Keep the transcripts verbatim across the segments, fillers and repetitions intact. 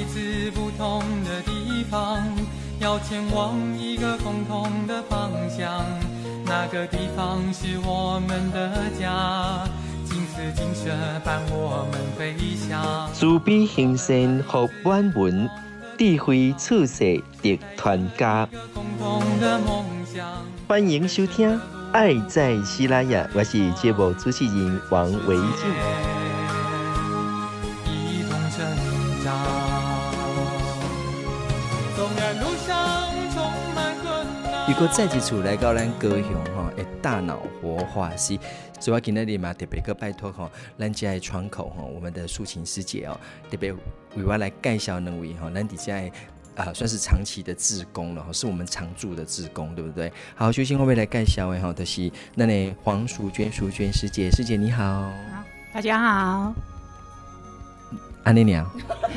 自不同的地方，要前往一个共同的方向，那个地方是我们的家，金丝金蛇伴我们飞翔。 慈悲行善福满文，智慧处世得团家。欢迎收听《爱在西拉雅》，我是节目主持人王维静。 一同成长，纵然路上充满困难。 如果再一次来到咱高雄吼，会大脑活化师，所以我今日嘛特别去拜托吼，咱家的窗口吼，我们的素琴师姐哦，特别为我来介绍两位吼，咱底下啊算是长期的志工了，是我们常驻的志工，对不对？好，首先我们来介绍的吼，就是咱的黄淑娟淑娟师姐，师姐你好。 好，大家好。 安妮娘。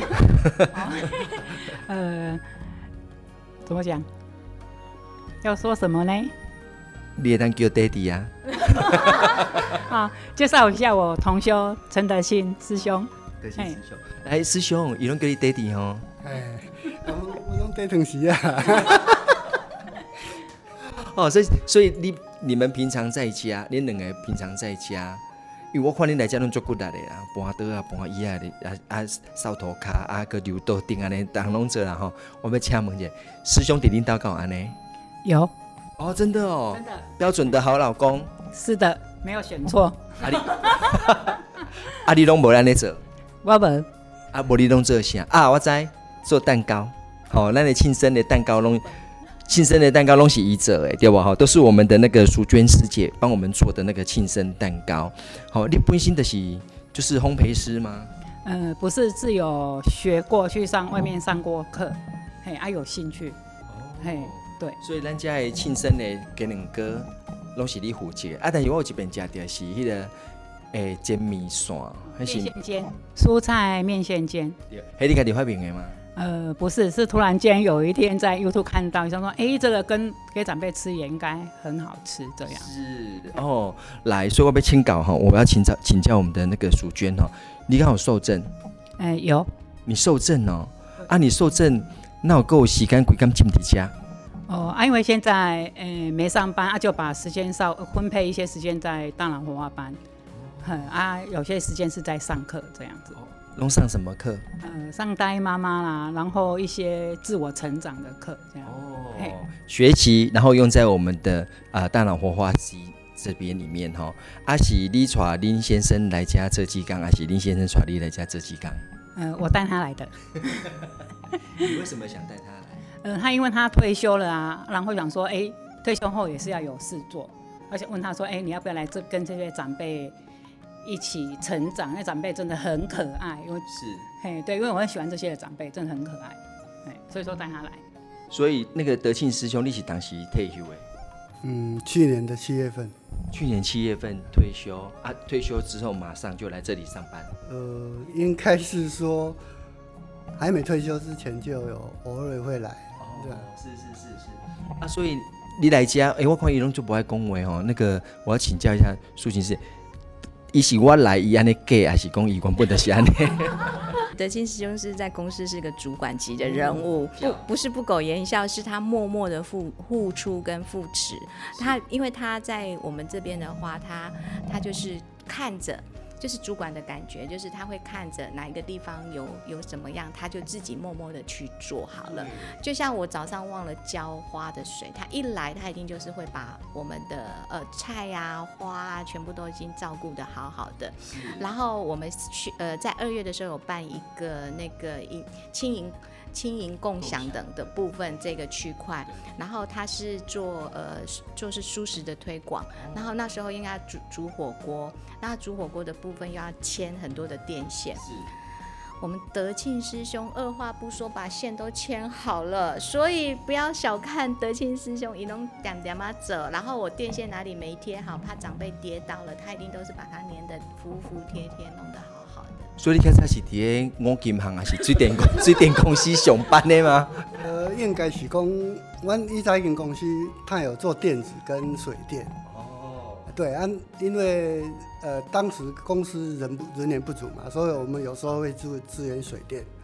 呃，怎么讲？要说什么呢？ 你也当叫 Daddy 啊。 好，介绍一下我同修陈德信师兄。 德信师兄，来师兄，伊拢叫你 Daddy 吼。 哎，我我拢 Daddy 时啊。 哦，所以所以你你们平常在家，你两个平常在家，因为我看你来家拢做骨力的啦，搬桌啊、搬椅啊的，啊啊扫涂骹啊，个溜倒钉安尼，逐项拢做啦吼。我要请问一下，师兄伫恁家有安尼？ 有。 哦，真的哦， 真的标准的好老公。 是的，没有选错。 啊你，啊你拢无安尼做？ 我无。 啊无你拢做啥？啊我知，做蛋糕。好、哦，咱的庆生的蛋糕拢。庆生的蛋糕拢是伊做的，对不哈？都是我们的那个淑娟师姐帮我们做的那个庆生蛋糕。好，你本身的是就是烘焙师吗？ 呃，不是，是有学过，去上外面上过课，嘿，啊有兴趣，哦、嘿，对。 所以咱家的庆生的鸡卵糕拢是你负责啊，但是我有一边食到是迄、那个诶煎米线， 面线煎，蔬菜面线煎。 对，迄你家己发明的吗？ 呃，不是，是突然间有一天在 YouTube 看到，想说，哎、欸，这个跟给长辈吃也应该很好吃，这样。 是哦，来，所以我要请教哈，我要请教请教我们的那个淑娟哈，你刚好受证？ 哎、呃，有。 你受证哦？啊，你受证，那我够时间几点进伫家？ 哦，啊，因为现在呃没上班啊，就把时间稍分配一些时间在大脑活化班，嗯啊，有些时间是在上课这样子。 拢上什么课？ 呃，上呆妈妈啦，然后一些自我成长的课，这样。哦， 学习，然后用在我们的啊、呃、大脑活化机这边里面哈。啊是你带林先生来家做技工，还是林先生带你来家做技工？ 呃，我带他来的。 你为什么想带他来？ 呃，他因为他退休了啊，然后想说，哎、欸，退休后也是要有事做，而且问他说，哎、欸，你要不要来这跟这些长辈一起成长？那长辈真的很可爱，因为是， 嘿，对，因为我很喜欢这些的长辈，真的很可爱，嘿，所以说带他来。 所以那个德庆师兄，你是当时退休的？ 嗯，去年的七月份。 去年七月份退休啊，退休之后马上就来这里上班。 呃，应该是说还没退休之前就有偶尔会来。哦，对， 是是是是。啊，所以你来家，哎、欸，我看伊拢就不爱恭维哦。那个，我要请教一下淑琴师。伊是我来伊安尼假，还是讲伊原本就是安尼？ 德庆师兄是在公司是个主管级的人物，不不是不苟言笑，是他默默的付付出跟扶持。他因为他在我们这边的话，他他就是看着。就是主管的感觉，就是他会看着哪一个地方有有什么样，他就自己默默的去做好了。就像我早上忘了浇花的水，他一来，他一定就是会把我们的呃菜啊、花啊，全部都已经照顾的好好的。然后我们去呃在二月的时候有办一个那个轻盈。轻盈共享等的部分这个区块，然后他是做呃就是蔬食的推广，然后那时候应该煮煮火锅，那煮火锅的部分又要牵很多的电线，是我们德庆师兄二话不说把线都牵好了，所以不要小看德庆师兄一弄点点嘛走，然后我电线哪里没贴好，怕长辈跌倒了，他一定都是把它粘得服服帖帖，弄得好。 所以你开始是伫个五金行还是水电水电公司上班的吗？ 呃，应该是讲，阮以前一间公司，它有做电子跟水电。哦。对啊，因为呃当时公司人人员不足嘛，所以我们有时候会支支援水电。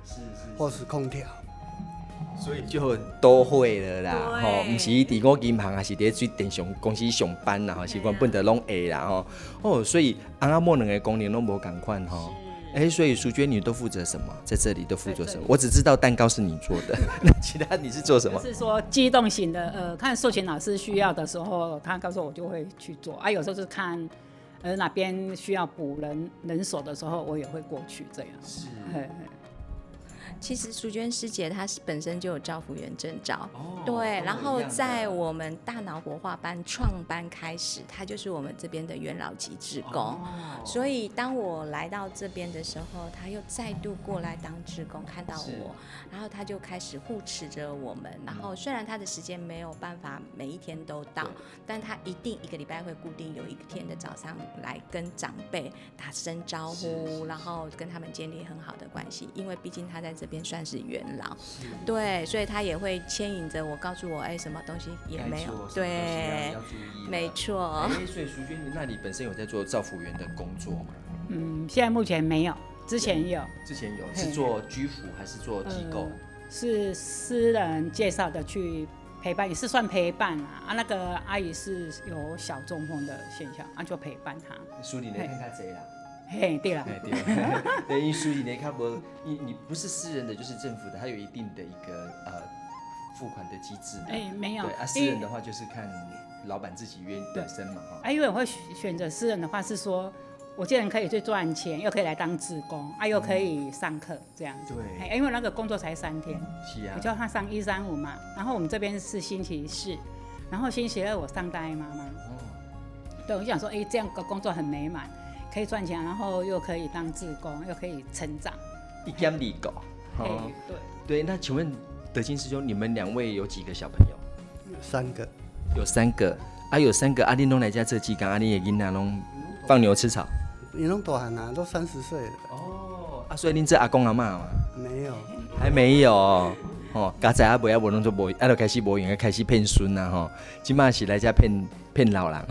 是是或是空调。 所以就都会了啦，吼，唔是伫五金行，还是伫水电上公司上班啦，吼，是原本就拢会啦，吼。哦，所以翁仔某两个功能拢无同款吼。哎、欸，所以淑娟你都负责什么？在这里都负责什么？我只知道蛋糕是你做的，那其他你是做什么？ 就是说机动型的，呃，看素琴老师需要的时候，他告诉我就会去做啊。有时候是看，呃，哪边需要补人人手的时候，我也会过去这样。 是。 其实淑娟师姐她是本身就有照服员证照， 哦、 对，然后在我们大脑活化班创班开始，她就是我们这边的元老级志工、哦，所以当我来到这边的时候，她又再度过来当志工，看到我，然后她就开始护持着我们，然后虽然她的时间没有办法每一天都到，但她一定一个礼拜会固定有一天的早上来跟长辈打声招呼，然后跟他们建立很好的关系，因为毕竟她在这边算是元老，对，所以他也会牵引着我，告诉我，哎、欸，什么东西也没有，对，没错。 哎、欸，所以淑娟，你那里本身有在做照服员的工作吗？ 嗯，现在目前没有，之前有。 之前有，是做居服还是做机构、呃？ 是私人介绍的去陪伴，也是算陪伴啊。啊，那个阿姨是有小中风的现象，啊，就陪伴她。 淑玲，你看看谁啦？ 嘿，对了， 对对，因为书里面看不，你你不是私人的，就是政府的，它有一定的一个呃付款的机制。 哎，没有。 对啊，私人的话就是看老板自己愿本身嘛哈。 啊，因为我会选择私人的话是说，我既然可以去赚钱，又可以来当志工，啊，又可以上课这样子。对。因为那个工作才三天， 是啊。 我叫他上一三五嘛，然后我们这边是星期四，然后星期二我上大爱妈妈。哦。对，我就想说，哎，这样个工作很美满。可以赚钱，然后又可以当志工，又可以成长， 一兼二顾。 哦，对对。那请问德金师兄，你们两位有几个小朋友？ 三个。 有三个啊，有三个。阿恁拢来家这几天，阿恁的囡仔拢放牛吃草。 你拢大汉啊，都三十岁了。 哦。啊，所以恁这阿公阿嬷嘛？ 没有。 还没有。哦，家在阿伯阿伯拢做无，啊，就开始无用，开始骗孙啦吼。今嘛是来家骗骗老人。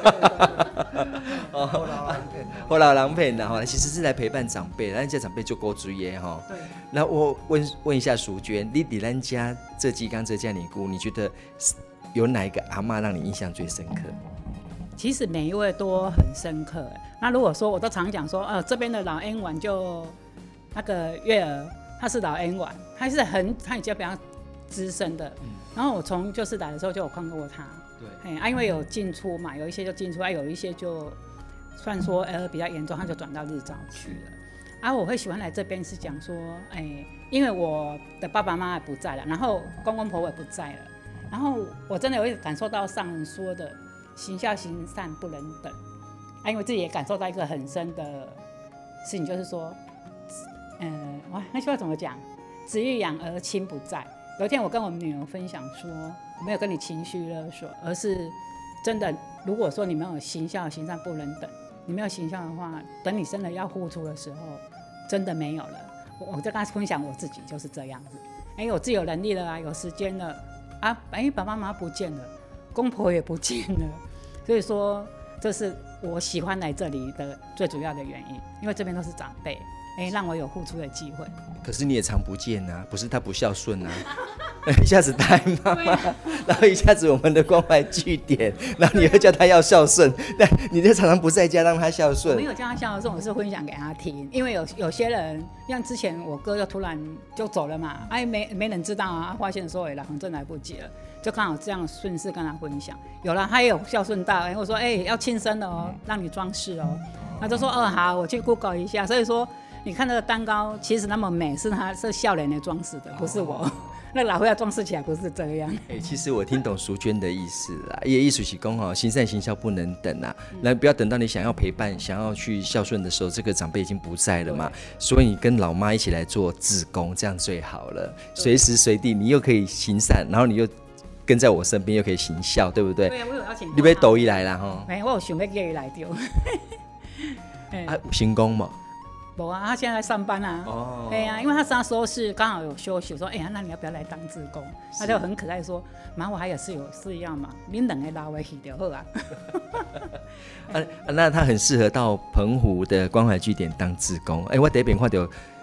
哦，后老人骗， 后老人骗啦吼，其实是来陪伴长辈，咱家长辈就够注意的吼。 对。 那我问问一下淑娟，你伫咱家这几刚这家尼姑，你觉得有哪一个阿嬷让你印象最深刻？ 其实每一位都很深刻。那如果说我都常讲说，呃，这边的老恩丸就那个月儿。他是老恩丸，他是很他已经比较资深的、嗯，然后我从就是来的时候就有看过他，对，啊，因为有进出嘛，有一些就进出，啊，有一些就算说呃比较严重，他就转到日照去了。啊，我会喜欢来这边是讲说，哎、欸，因为我的爸爸妈妈不在了，然后公公婆婆也不在了，然后我真的有感受到上人说的行孝行善不能等，啊，因为自己也感受到一个很深的事情，就是说。嗯，哇，那句话怎么讲？子欲养而亲不在。有一天我跟我们女儿分享说，我没有跟你情绪勒索，而是真的，如果说你没有行孝行善不能等，你没有行孝的话，等你真的要付出的时候，真的没有了。我我就跟他分享我自己就是这样子。哎、欸，我自己有能力了啊，有时间了啊，哎、欸，爸爸妈妈不见了，公婆也不见了，所以说这是我喜欢来这里的最主要的原因，因为这边都是长辈。哎，让我有付出的机会。 可是你也常不见啊，不是他不孝顺啊，一下子大爱妈妈，然后一下子我们的关怀据点，然后你又叫他要孝顺，但你就常常不在家让他孝顺。 我没有叫他孝顺，我是分享给他听，因为有有些人，像之前我哥就突然就走了嘛，哎，没没人知道啊，发现说哎，老公真来不及了，就刚好这样顺势跟他分享。有了，他也有孝顺到，哎，我说哎要庆生的哦，让你装饰哦，他就说哦好，我去 Google 一下，所以说。你看那个蛋糕其实那么美，是他是笑脸的装饰的，不是我。哦、那老会要装饰起来不是这样。 哎、欸，其实我听懂淑娟的意思啦，也意思是讲哈，行善行孝不能等啊，那、嗯、不要等到你想要陪伴、想要去孝顺的时候，这个长辈已经不在了嘛，所以你跟老妈一起来做志工，这样最好了。随时随地你又可以行善，然后你又跟在我身边，又可以行孝，对不对？ 对啊，我有邀请。 你要抖伊来啦哈？ 没，我有想要叫伊来着。 啊，有成功嘛？ 没啊，他现在在上班啊。哦。对啊，因为他那时候是刚好有休息，我说哎呀、欸，那你要不要来当志工？他就很可爱说，妈，我还有事有事要嘛，你两个拉回去就好啊。 啊，那他很适合到澎湖的关怀据点当志工。哎、欸，我第一遍看到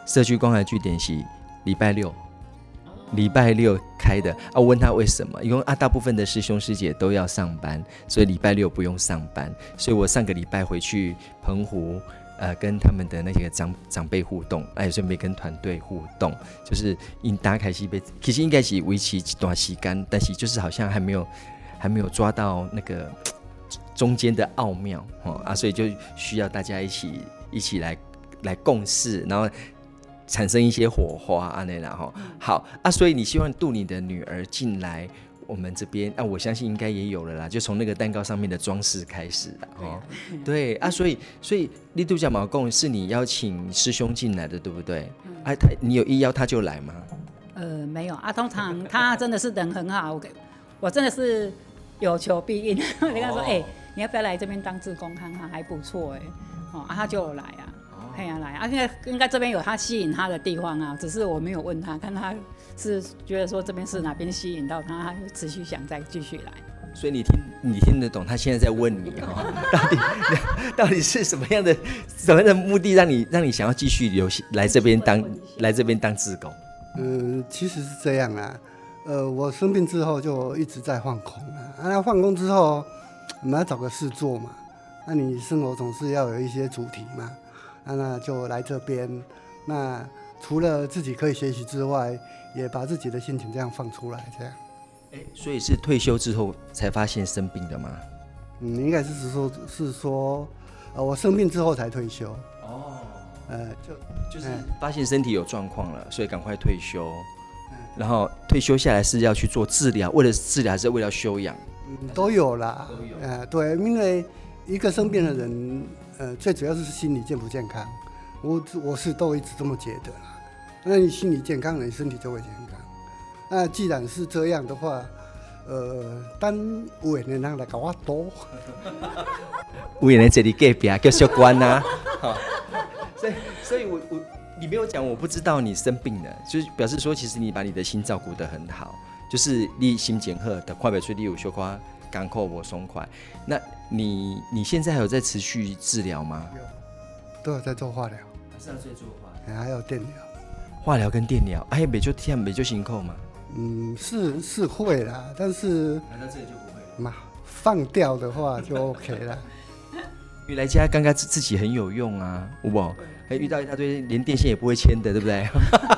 社区关怀据点是礼拜六，礼拜六开的啊。我问他为什么，因为啊大部分的师兄师姐都要上班，所以礼拜六不用上班。所以我上个礼拜回去澎湖。呃，跟他们的那些长长辈互动，哎，顺便跟团队互动，就是因打开西杯，其实应该是维持一段时间，但是就是好像还没有还没有抓到那个中间的奥妙哦啊，所以就需要大家一起一起来来共事，然后产生一些火花啊那啦哈。好啊，所以你希望渡你的女儿进来。我们这边啊，我相信应该也有了啦，就从那个蛋糕上面的装饰开始啦哦。对啊，所以所以立度假毛共是你邀请师兄进来的，对不对？嗯、啊，他你有意邀他就来吗？ 呃，没有啊，通常他真的是人很好，我我真的是有求必应。我跟他说，哎、哦欸，你要不要来这边当志工看看，还不错哎、欸，哦啊，他就有来啊。嘿啊来啊，应该应该这边有他吸引他的地方啊，只是我没有问他，看他是觉得说这边是哪边吸引到他，他就持续想再继续来。 所以你听你听得懂他现在在问你哦，到底到底是什么样的什么样的目的让你让你想要继续留来这边当来这边当志工？ 嗯、呃，其实是这样啊，呃，我生病之后就一直在放空啊，那、啊、放空之后，我们要找个事做嘛，那你生活总是要有一些主题嘛。啊、那就来这边，那除了自己可以学习之外，也把自己的心情这样放出来，这样。 欸、所以是退休之后才发现生病的吗？ 嗯，应该是说，是说，呃，我生病之后才退休。 哦， 呃，就就是发现身体有状况了，所以赶快退休。嗯、然后退休下来是要去做治疗，为了治疗还是为了休养？ 嗯，都有啦。 都有。 呃，对，因为一个生病的人。呃，最主要是心理健不健康，我我是都一直这么觉得啦。那你心理健康，你身体就会健康。那既然是这样的话，呃，等有缘的人来跟我赌， 有缘的这里隔壁叫小关啊。所以，所以我我你没有讲，我不知道你生病了，就是表示说，其实你把你的心照顾得很好，就是你心情好的，快别出你有小可港口我松快。那你你现在还有在持续治疗吗？ 有，都有在做化疗， 还是要在做化疗？ 还有电疗。 化疗跟电疗，哎，没就天没就辛苦吗？ 嗯，是是会啦，但是来到这里就不会了嘛，放掉的话就 OK 了。 因为来家刚刚自己很有用啊，有没有？还遇到一大堆连电线也不会牵的，对不对？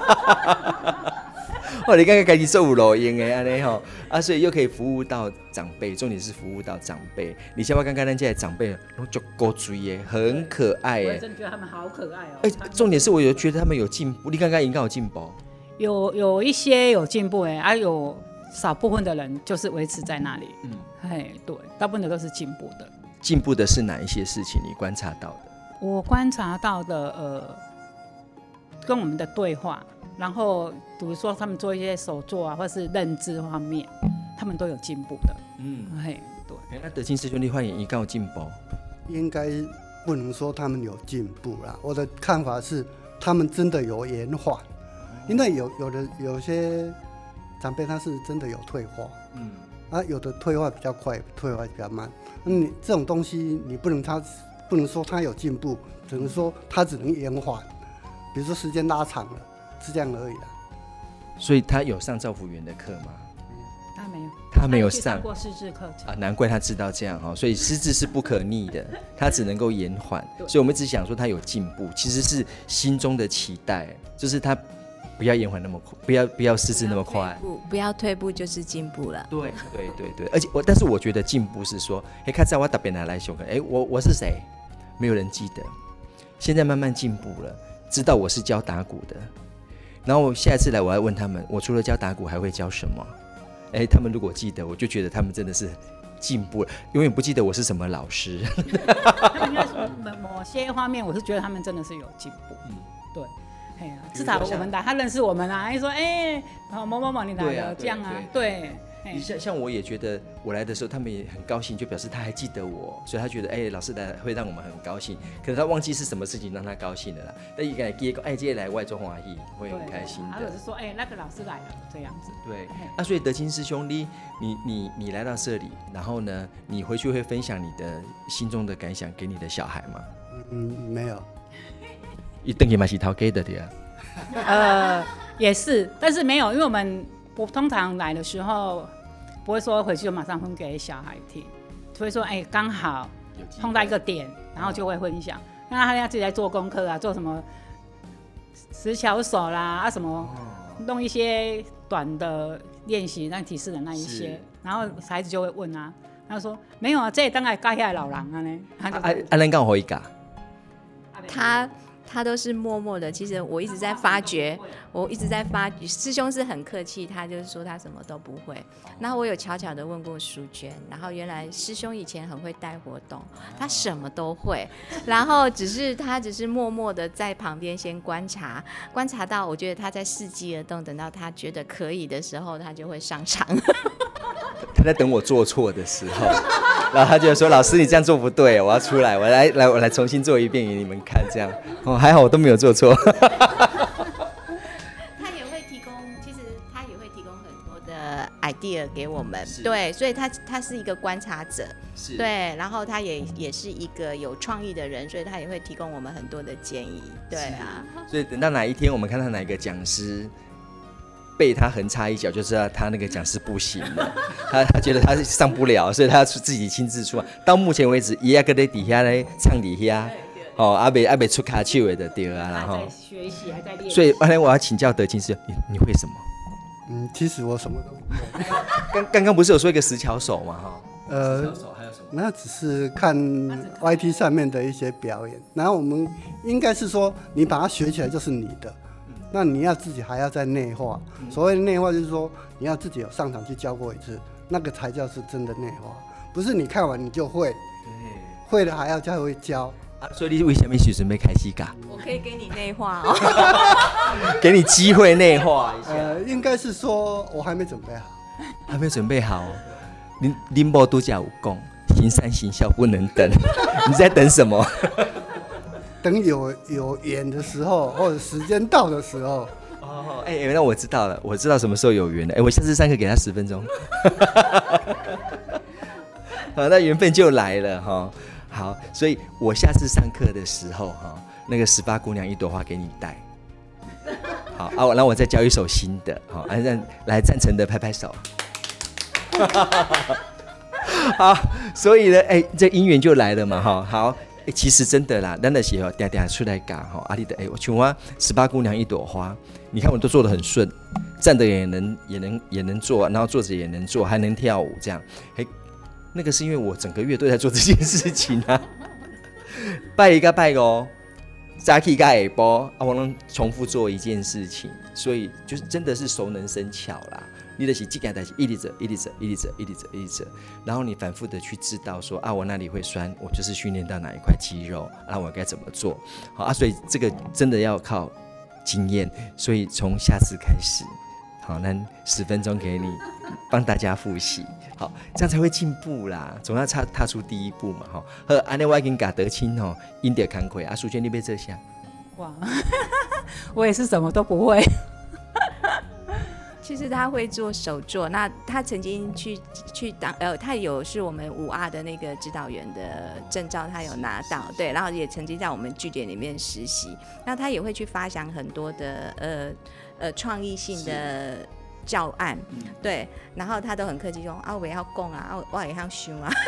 哦，你刚刚开始做有路用的安尼吼，啊，所以又可以服务到长辈，重点是服务到长辈。你像我刚刚咱这些长辈，都足够追耶，很可爱耶。 我真觉得他们好可爱哦。 哎、欸，重点是我有觉得他们有进步。你刚刚应该有进步， 有有一些有进步哎，啊，有少部分的人就是维持在那里。嗯，哎，对，大部分的都是进步的。 进步的是哪一些事情？你观察到的？ 我观察到的，呃，跟我们的对话。然后，比如说他们做一些手作啊，或是认知方面，他们都有进步的。嗯，嘿，对。 欸、那德清师兄弟发言，应该有进步？ 应该不能说他们有进步啦。我的看法是，他们真的有延缓，因为有有的有些长辈他是真的有退化，嗯，啊，有的退化比较快，退化比较慢。那你这种东西，你不能他不能说他有进步，只能说他只能延缓，比如说时间拉长了。是这样而已啦。 所以他有上照服员的课吗？ 他没有， 他没有上， 上过师资课程啊，难怪他知道这样哈。所以师资是不可逆的，他只能够延缓。所以我们只想说他有进步，其实是心中的期待，就是他不要延缓那么快，不要不要师资那么快， 不不要退步就是进步了。 对对对对，而且我但是我觉得进步是说，哎，看在我特别拿来修课，哎，我我是谁？没有人记得，现在慢慢进步了，知道我是教打鼓的。然后下一次来，我要问他们，我除了教打鼓还会教什么？哎，他们如果记得，我就觉得他们真的是进步了。永远不记得我是什么老师。 应该说某些方面，我是觉得他们真的是有进步。嗯，对，哎呀，至少我们来，他认识我们啊，他说哎，某某某你来了，这样啊，对。 像像我也觉得我来的时候，他们也很高兴，就表示他还记得我，所以他觉得哎、欸，老师来会让我们很高兴。可是他忘记是什么事情让他高兴的啦。但一个记得哎，今天来外中华裔会很开心的。 或者是说哎、欸，那个老师来了这样子。 对，啊，所以德清师兄弟，你你你来到这里，然后呢，你回去会分享你的心中的感想给你的小孩吗？ 嗯，没有。 一等于嘛是头家的对啊。 呃，也是，但是没有，因为我们我通常来的时候不会说回去就马上分给小孩听，所以说哎刚好碰到一个点，然后就会分享。那他要自己在做功课啊，做什么石桥手啦啊什么，弄一些短的练习，那提示的那一些，然后孩子就会问啊，他说没有啊，这当然教遐老人啊呢。啊啊，咱敢有可以教？ 他他都是默默的。其实我一直在发觉，我一直在发觉，师兄是很客气，他就是说他什么都不会。然后我有悄悄的问过淑娟，然后原来师兄以前很会带活动，他什么都会，然后只是他只是默默的在旁边先观察，观察到我觉得他在伺机而动，等到他觉得可以的时候，他就会上场。 他在等我做错的时候，然后他就说：“老师，你这样做不对，我要出来，我来来我来重新做一遍给你们看。”这样哦，还好我都没有做错。 他也会提供，其实他也会提供很多的 idea 给我们，对，所以他他是一个观察者，对，然后他也也是一个有创意的人，所以他也会提供我们很多的建议，对啊。 所以等到哪一天我们看到哪一个讲师被他横插一脚，就知道他那个讲师不行了。他他觉得他上不了，所以他自己亲自出。到目前为止，伊还搁在底下咧唱底下，哦，还没还没出卡手的就对啊，然后还在学习，还在练习。 所以后来我要请教德清师，你你会什么？ 嗯，其实我什么都不会。 刚刚刚不是有说一个石桥手吗？哈， 呃， 石桥手还有什么？ 那只是看 Y T 上面的一些表演，然后我们应该是说，你把它学起来就是你的。那你要自己还要再内化，所谓的内化就是说你要自己有上场去教过一次，那个才叫是真的内化，不是你看完你就会，会了还要再会教。 啊，所以你为什么是准备开始教？ 我可以给你内化哦， 给你机会内化一下。 呃，应该是说我还没准备好， 还没有准备好。林林波都讲有讲，行善行孝不能等，你在等什么？ 等有有缘的时候，或者时间到的时候。 哦，哎、欸，那我知道了，我知道什么时候有缘了。哎、欸，我下次上课给他十分钟，好，那缘分就来了哈。好，所以我下次上课的时候哈，那个十八姑娘一朵花给你带。好啊，然后我再教一首新的，好，啊，让来赞成的拍拍手。好，所以呢，哎、欸，这姻缘就来了嘛，哈，好。欸、其实真的啦，咱的时候定定出来讲哈，阿里的哎，我像我十八姑娘一朵花，你看我都做得很顺，站着也能也能也能做，然后坐着也能做，还能跳舞这样。哎、欸，那个是因为我整个月都在做这件事情啊，拜一个拜哦，早起跟下晡啊，我能重复做一件事情，所以就是真的是熟能生巧啦。你就是这件代志一直做，一直做，一直做，一直做，一直做，然后你反复的去知道说啊，我哪里会酸，我就是训练到哪一块肌肉，啊，我该怎么做，好啊，所以这个真的要靠经验，所以从下次开始，好，那十分钟给你帮大家复习，好，这样才会进步啦，总要踏踏出第一步嘛，哈。好，安尼我已经甲德清吼，因着工课，啊，淑娟你要做啥？ 哇，我也是什么都不会。 其实他会做手作，那他曾经去去当呃，他有是我们五 R 的那个指导员的证照，他有拿到，对，然后也曾经在我们据点里面实习。那他也会去发想很多的呃呃创意性的教案，对，然后他都很客气说啊，我也要讲啊，我也要想啊。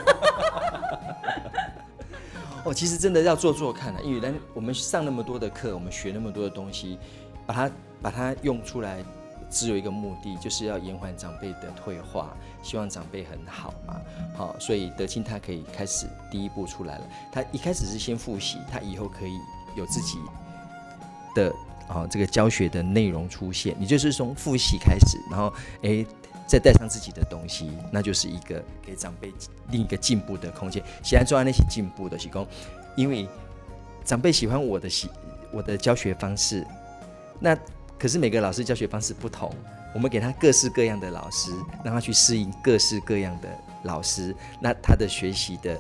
哦，其实真的要做做看啊，因为我们上那么多的课，我们学那么多的东西，把它把它用出来。只有一个目的，就是要延缓长辈的退化，希望长辈很好嘛。好，所以德清他可以开始第一步出来了。他一开始是先复习，他以后可以有自己的啊这个教学的内容出现。你就是从复习开始，然后哎再带上自己的东西，那就是一个给长辈另一个进步的空间。现在做那些进步的，是说因为长辈喜欢我的喜我的教学方式，那。可是每个老师教学方式不同，我们给他各式各样的老师，让他去适应各式各样的老师，那他的学习的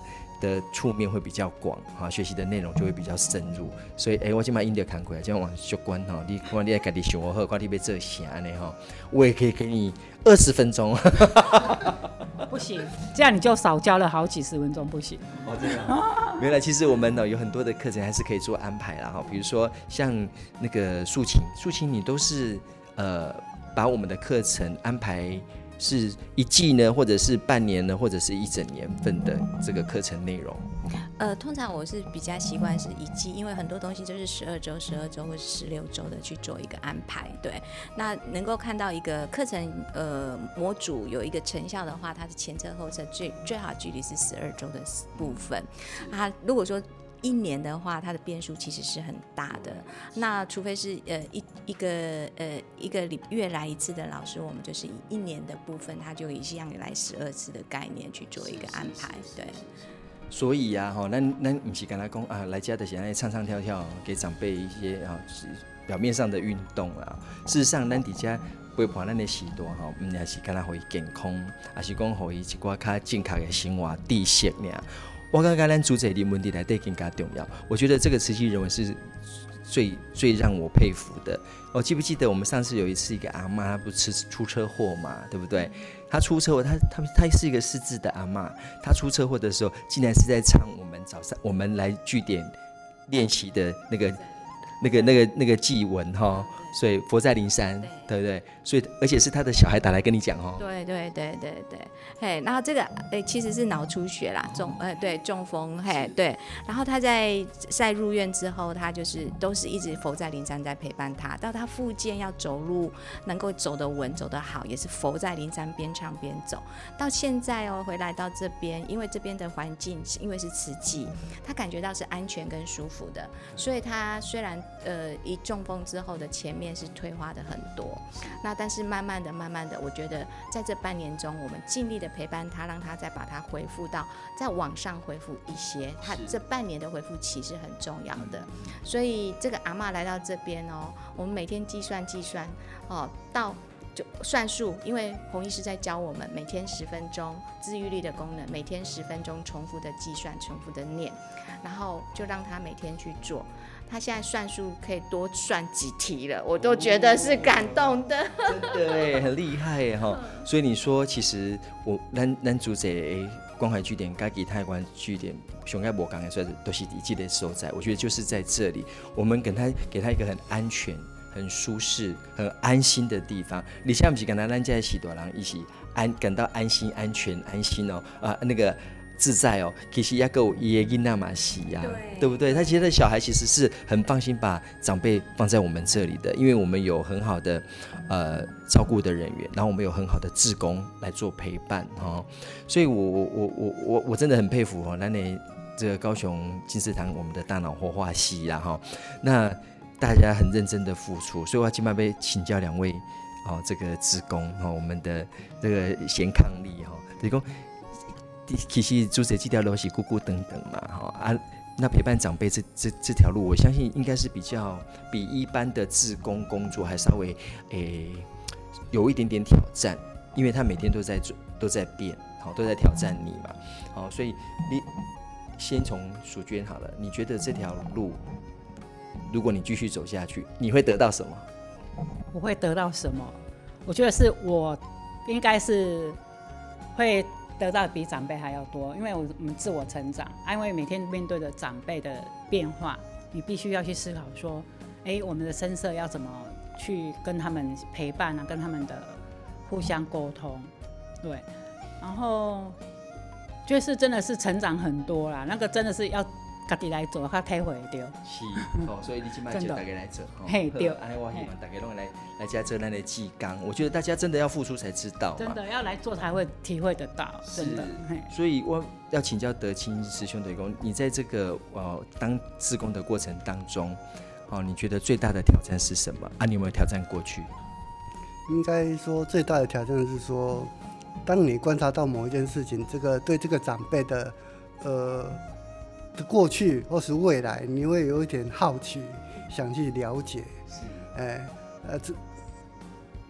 的触面会比较广哈，学习的内容就会比较深入。所以，哎、欸，我今麦印度看过，今晚往学关哈，你看你要家己想好，看你要做啥呢哈，我也可以给你二十分钟。 不行，这样你就少教了好几十分钟，不行。 哦，这样。原来其实我们呢有很多的课程还是可以做安排啦哈，比如说像那个竖琴，竖琴你都是呃把我们的课程安排。是一季呢，或者是半年呢，或者是一整年份的这个课程内容。 呃，通常我是比较习惯是一季，因为很多东西都是十二周、十二周或者十六周的去做一个安排。对，那能够看到一个课程呃模组有一个成效的话，它的前车后车最最好距离是十二周的部分啊。如果说一年的话，它的变数其实是很大的。那除非是呃一一个呃一个月来一次的老师，我们就是以一年的部分，他就以像来十二次的概念去做一个安排。对。 所以啊，哈，咱咱不是跟他讲啊，来家的现在唱唱跳跳，给长辈一些啊表面上的运动啊。事实上，咱底下陪伴咱的时段哈，唔也是跟他互伊健康，也是讲互伊一寡较正确的生活知识尔。我感觉咱主持人问题来对更加重要。我觉得这个慈济人文是最最让我佩服的。我、哦、记不记得我们上次有一次一个阿嬷，她不是出车祸嘛，对不对？她出车祸，她她她是一个失智的阿嬷，她出车祸的时候，竟然是在唱我们早上我们来据点练习的那个那个那个那个祭文哈。所以佛在灵山， 对, 对不对？所以而且是他的小孩打来跟你讲哦。 对对对对对，嘿，然后这个诶其实是脑出血啦，中呃对中风，嘿对。然后他在在入院之后，他就是都是一直佛在灵山在陪伴他，到他复健要走路能够走得稳走得好，也是佛在灵山边唱边走。到现在哦，回来到这边，因为这边的环境因为是慈济，他感觉到是安全跟舒服的，所以他虽然呃一中风之后的前面是退化的很多，那但是慢慢的慢慢的我觉得在这半年中我们尽力的陪伴他，让他再把它恢复到再往上恢复一些，他这半年的恢复期是很重要的。所以这个阿嬷来到这边哦，我们每天计算计算哦，到就算数，因为洪医师在教我们每天十分钟自愈力的功能，每天十分钟重复的计算重复的念，然后就让他每天去做。他现在算数可以多算几题了，我都觉得是感动的。 真的耶，很厉害耶哈！所以你说，其实我咱咱主者关怀据点、跟其他关据点，上爱无讲的，所以都是在这个所在。我觉得就是在这里，我们给他给他一个很安全、很舒适、很安心的地方。你现在不是跟他咱家许多人一起安感到安心、安全、安心哦啊那个。自在哦，其实也有伊的囡仔嘛是呀，对不对？他其实小孩其实是很放心把长辈放在我们这里的，因为我们有很好的呃照顾的人员，然后我们有很好的志工来做陪伴哦，所以我我我我我我真的很佩服哦，那你这个高雄金石堂我们的大脑活化系啦哈，那大家很认真的付出，所以我今晚被请教两位哦，这个志工哦，我们的这个贤伉俪哈，提供。其实主持这条路是孤孤单单嘛，哈啊，那陪伴长辈这这这条路，我相信应该是比较比一般的志工工作还稍微诶有一点点挑战，因为他每天都在都在变，好都在挑战你嘛，好，所以你先从淑娟好了，你觉得这条路，如果你继续走下去，你会得到什么？ 我会得到什么？我觉得是我应该是会。得到比长辈还要多，因为我们自我成长，因为每天面对着长辈的变化，你必须要去思考说，哎，我们的声色要怎么去跟他们陪伴啊，跟他们的互相沟通，对，然后就是真的是成长很多啦，那个真的是要自己来做，较体会到。 是，哦，所以你今摆就大家来做， 嘿，对， 安尼我希望大家拢来来加做咱的志工，我觉得大家真的要付出才知道嘛， 真的要来做才会体会得到，真的。 所以我要请教德清师兄的公，你在这个呃当志工的过程当中，哦，你觉得最大的挑战是什么啊？你有没有挑战过去？ 应该说最大的挑战是说，当你观察到某一件事情，这个对这个长辈的呃。的过去或是未来，你会有一点好奇，想去了解。哎，呃，这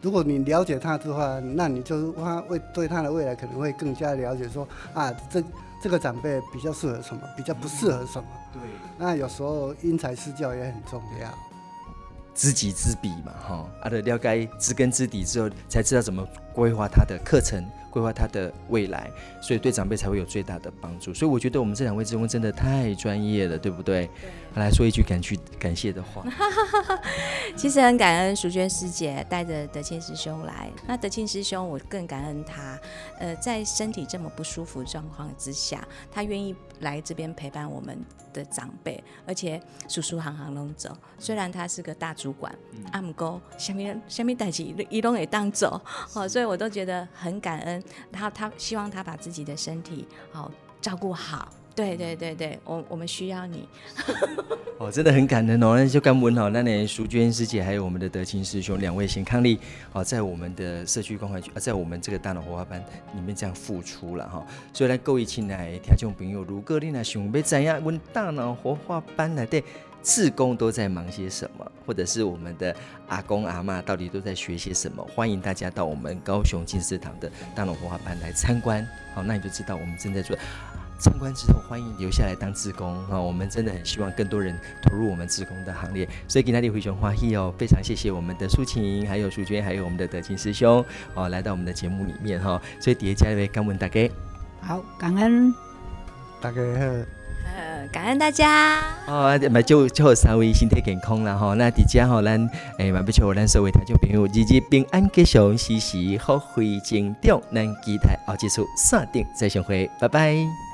如果你了解他的话，那你就他会对他的未来可能会更加了解说啊，这这个长辈比较适合什么，比较不适合什么。对，那有时候因材施教也很重要。 知己知彼嘛，哈，啊，的了解知根知底之后，才知道怎么规划他的课程，规划他的未来，所以对长辈才会有最大的帮助。所以我觉得我们这两位志工真的太专业了，对不对？对，来说一句感去感谢的话。 其实很感恩淑娟师姐带着德庆师兄来，那德庆师兄我更感恩他，呃，在身体这么不舒服状况之下，他愿意来这边陪伴我们的长辈，而且叔叔行行拢走。虽然他是个大主管，啊不过什么什么代志他都会当走，哦，所以我都觉得很感恩。他他希望他把自己的身体好照顾好。对对对对，我我们需要你。 哦，真的很感人哦，那就感恩哦，那呢淑娟师姐还有我们的德清师兄两位贤伉俪哦，在我们的社区关怀局啊，在我们这个大脑活化班里面这样付出了哈、哦。所以来各位亲爱的听众朋友，如果你若想要知影我们大脑活化班内底志工都在忙些什么，或者是我们的阿公阿嬷到底都在学些什么，欢迎大家到我们高雄金石堂的大脑活化班来参观。好，那你就知道我们正在做。参观之后，欢迎留下来当志工啊！我们真的很希望更多人投入我们志工的行列，所以今天的非常欢喜哦，非常谢谢我们的淑琴，还有淑娟，还有我们的德清师兄哦，来到我们的节目里面哈、哦。所以第一家位感恩大家， 好，感恩大家好。 呃，感恩大家。 哦，嘛就就三位身体健康啦吼。那伫遮吼，咱诶嘛要祝咱所有听众朋友日日平安吉祥，时时福慧增长。咱期待后一次线顶再相会，拜拜。